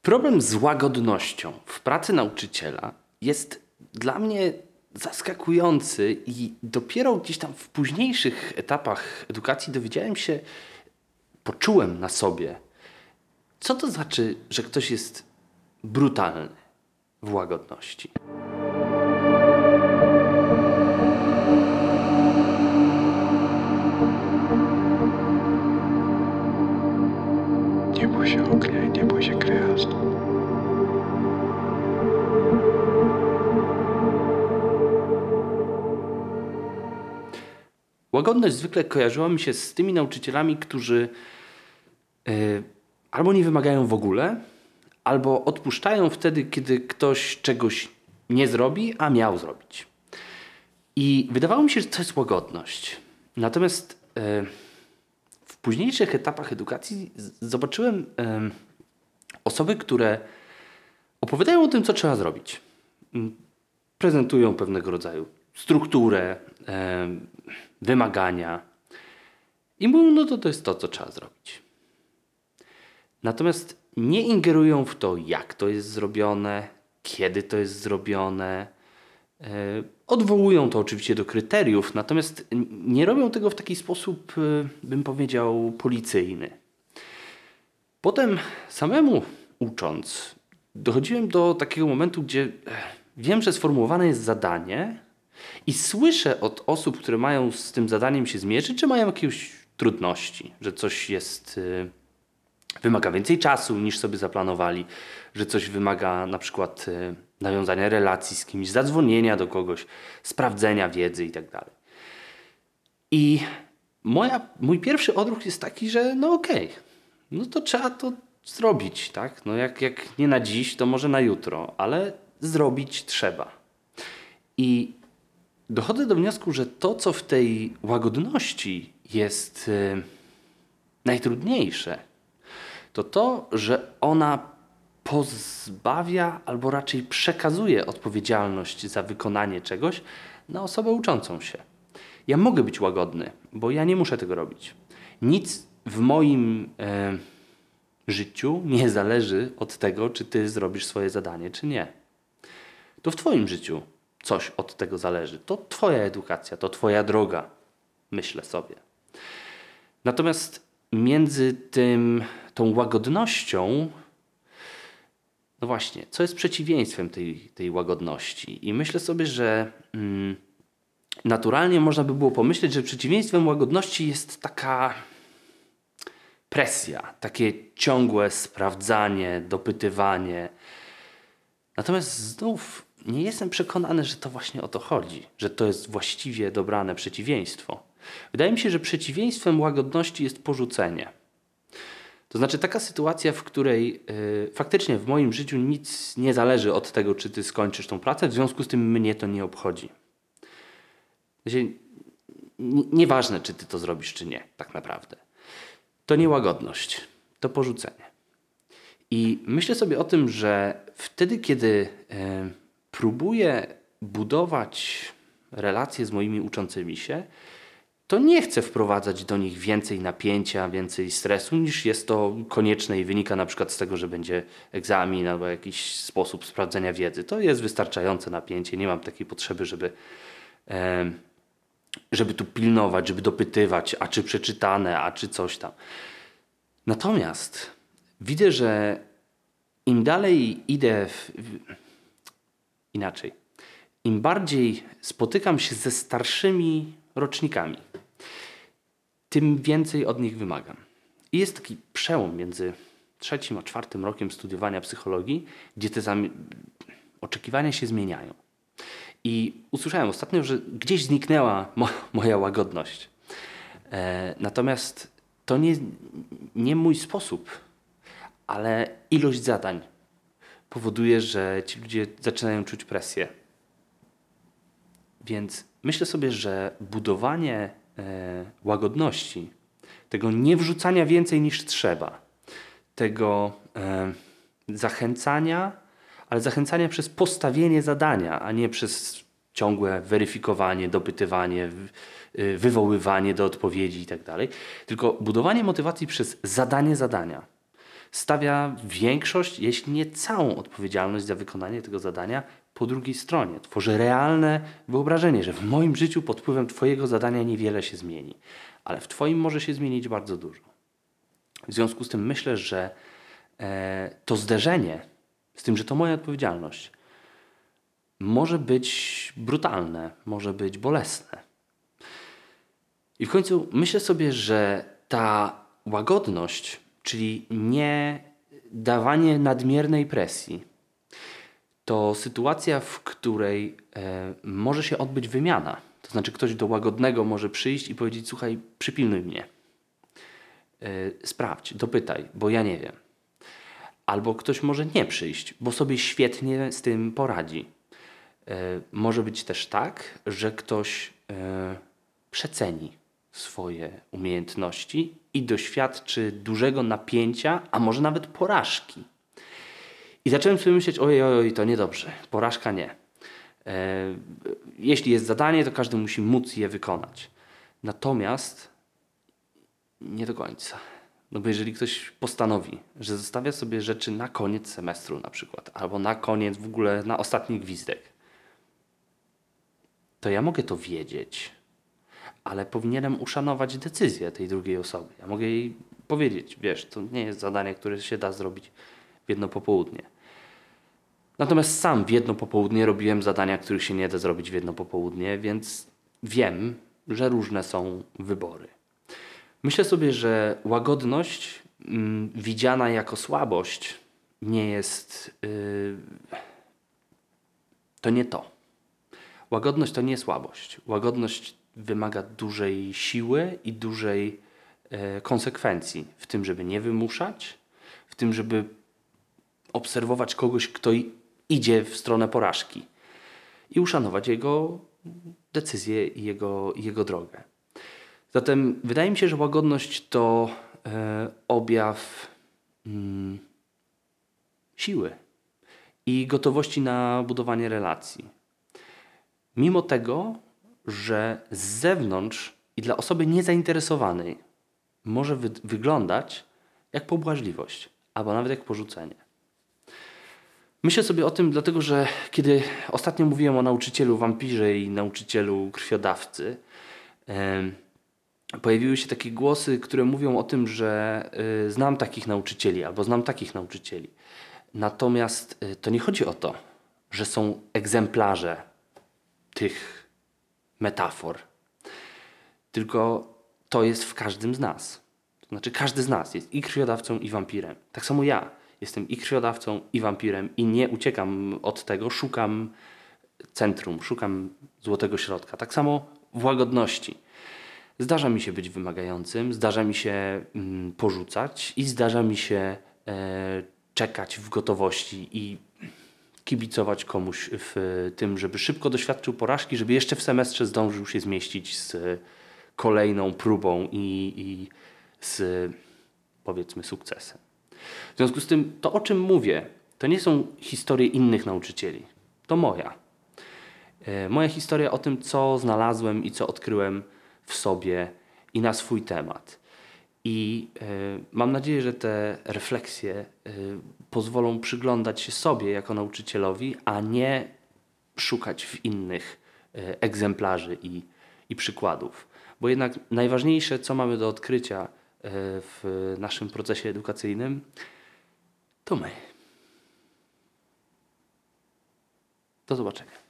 Problem z łagodnością w pracy nauczyciela jest dla mnie zaskakujący i dopiero gdzieś tam w późniejszych etapach edukacji dowiedziałem się, poczułem na sobie, co to znaczy, że ktoś jest brutalny w łagodności. Nie bój się ognia i nie bój się gwiazd. Łagodność zwykle kojarzyła mi się z tymi nauczycielami, którzy albo nie wymagają w ogóle, albo odpuszczają wtedy, kiedy ktoś czegoś nie zrobi, a miał zrobić. I wydawało mi się, że to jest łagodność. Natomiast w późniejszych etapach edukacji zobaczyłem osoby, które opowiadają o tym, co trzeba zrobić. Prezentują pewnego rodzaju strukturę, wymagania i mówią, no to jest to, co trzeba zrobić. Natomiast nie ingerują w to, jak to jest zrobione, kiedy to jest zrobione. Odwołują to oczywiście do kryteriów, natomiast nie robią tego w taki sposób, bym powiedział, policyjny. Potem samemu ucząc, dochodziłem do takiego momentu, gdzie wiem, że sformułowane jest zadanie i słyszę od osób, które mają z tym zadaniem się zmierzyć, że mają jakieś trudności, że coś jest, wymaga więcej czasu niż sobie zaplanowali, że coś wymaga na przykład nawiązania relacji z kimś, zadzwonienia do kogoś, sprawdzenia wiedzy itd. I mój pierwszy odruch jest taki, że no okej, no to trzeba to zrobić, tak? No jak nie na dziś, to może na jutro, ale zrobić trzeba. I dochodzę do wniosku, że to, co w tej łagodności jest najtrudniejsze, to, że ona pozbawia albo raczej przekazuje odpowiedzialność za wykonanie czegoś na osobę uczącą się. Ja mogę być łagodny, bo ja nie muszę tego robić. Nic w moim życiu nie zależy od tego, czy ty zrobisz swoje zadanie, czy nie. To w twoim życiu coś od tego zależy. To twoja edukacja, to twoja droga, myślę sobie. Natomiast między tą łagodnością, no właśnie, co jest przeciwieństwem tej łagodności? I myślę sobie, że naturalnie można by było pomyśleć, że przeciwieństwem łagodności jest taka presja, takie ciągłe sprawdzanie, dopytywanie. Natomiast znów nie jestem przekonany, że to właśnie o to chodzi, że to jest właściwie dobrane przeciwieństwo. Wydaje mi się, że przeciwieństwem łagodności jest porzucenie. To znaczy taka sytuacja, w której faktycznie w moim życiu nic nie zależy od tego, czy ty skończysz tą pracę, w związku z tym mnie to nie obchodzi. Nieważne, czy ty to zrobisz, czy nie, tak naprawdę. To nie łagodność, to porzucenie. I myślę sobie o tym, że wtedy, kiedy próbuję budować relacje z moimi uczącymi się, to nie chcę wprowadzać do nich więcej napięcia, więcej stresu, niż jest to konieczne i wynika na przykład z tego, że będzie egzamin albo jakiś sposób sprawdzenia wiedzy. To jest wystarczające napięcie, nie mam takiej potrzeby, żeby tu pilnować, żeby dopytywać, a czy przeczytane, a czy coś tam. Natomiast widzę, że im dalej idę inaczej, im bardziej spotykam się ze starszymi rocznikami, tym więcej od nich wymagam. I jest taki przełom między 3. a 4. rokiem studiowania psychologii, gdzie te oczekiwania się zmieniają. I usłyszałem ostatnio, że gdzieś zniknęła moja łagodność. Natomiast to nie mój sposób, ale ilość zadań powoduje, że ci ludzie zaczynają czuć presję. Więc myślę sobie, że budowanie łagodności, tego nie wrzucania więcej niż trzeba, tego zachęcania, ale zachęcania przez postawienie zadania, a nie przez ciągłe weryfikowanie, dopytywanie, wywoływanie do odpowiedzi i tak dalej. Tylko budowanie motywacji przez zadanie zadania. Stawia większość, jeśli nie całą odpowiedzialność za wykonanie tego zadania po drugiej stronie. Tworzy realne wyobrażenie, że w moim życiu pod wpływem Twojego zadania niewiele się zmieni, ale w Twoim może się zmienić bardzo dużo. W związku z tym myślę, że to zderzenie z tym, że to moja odpowiedzialność, może być brutalne, może być bolesne. I w końcu myślę sobie, że ta łagodność, czyli nie dawanie nadmiernej presji, to sytuacja, w której może się odbyć wymiana. To znaczy ktoś do łagodnego może przyjść i powiedzieć: słuchaj, przypilnuj mnie. Sprawdź, dopytaj, bo ja nie wiem. Albo ktoś może nie przyjść, bo sobie świetnie z tym poradzi. Może być też tak, że ktoś przeceni swoje umiejętności i doświadczy dużego napięcia, a może nawet porażki. I zacząłem sobie myśleć: ojej, to niedobrze, porażka nie. Jeśli jest zadanie, to każdy musi móc je wykonać. Natomiast nie do końca. No bo jeżeli ktoś postanowi, że zostawia sobie rzeczy na koniec semestru na przykład, albo na koniec w ogóle na ostatni gwizdek, to ja mogę to wiedzieć, ale powinienem uszanować decyzję tej drugiej osoby. Ja mogę jej powiedzieć: wiesz, to nie jest zadanie, które się da zrobić w jedno popołudnie. Natomiast sam w jedno popołudnie robiłem zadania, których się nie da zrobić w jedno popołudnie, więc wiem, że różne są wybory. Myślę sobie, że łagodność widziana jako słabość nie jest... to nie to. Łagodność to nie słabość. Łagodność wymaga dużej siły i dużej konsekwencji w tym, żeby nie wymuszać, w tym, żeby obserwować kogoś, kto idzie w stronę porażki i uszanować jego decyzję i jego drogę. Zatem wydaje mi się, że łagodność to objaw siły i gotowości na budowanie relacji. Mimo tego, że z zewnątrz i dla osoby niezainteresowanej może wyglądać jak pobłażliwość albo nawet jak porzucenie. Myślę sobie o tym dlatego, że kiedy ostatnio mówiłem o nauczycielu wampirze i nauczycielu krwiodawcy, pojawiły się takie głosy, które mówią o tym, że znam takich nauczycieli albo znam takich nauczycieli. Natomiast to nie chodzi o to, że są egzemplarze tych metafor, tylko to jest w każdym z nas. To znaczy każdy z nas jest i krwiodawcą, i wampirem. Tak samo ja jestem i krwiodawcą, i wampirem i nie uciekam od tego, szukam centrum, szukam złotego środka. Tak samo w łagodności. Zdarza mi się być wymagającym, zdarza mi się porzucać i zdarza mi się czekać w gotowości i kibicować komuś w tym, żeby szybko doświadczył porażki, żeby jeszcze w semestrze zdążył się zmieścić z kolejną próbą i z, powiedzmy, sukcesem. W związku z tym to, o czym mówię, to nie są historie innych nauczycieli. To moja. Moja historia o tym, co znalazłem i co odkryłem w sobie i na swój temat. I mam nadzieję, że te refleksje pozwolą przyglądać się sobie jako nauczycielowi, a nie szukać w innych egzemplarzy i przykładów. Bo jednak najważniejsze, co mamy do odkrycia w naszym procesie edukacyjnym, to my. Do zobaczenia.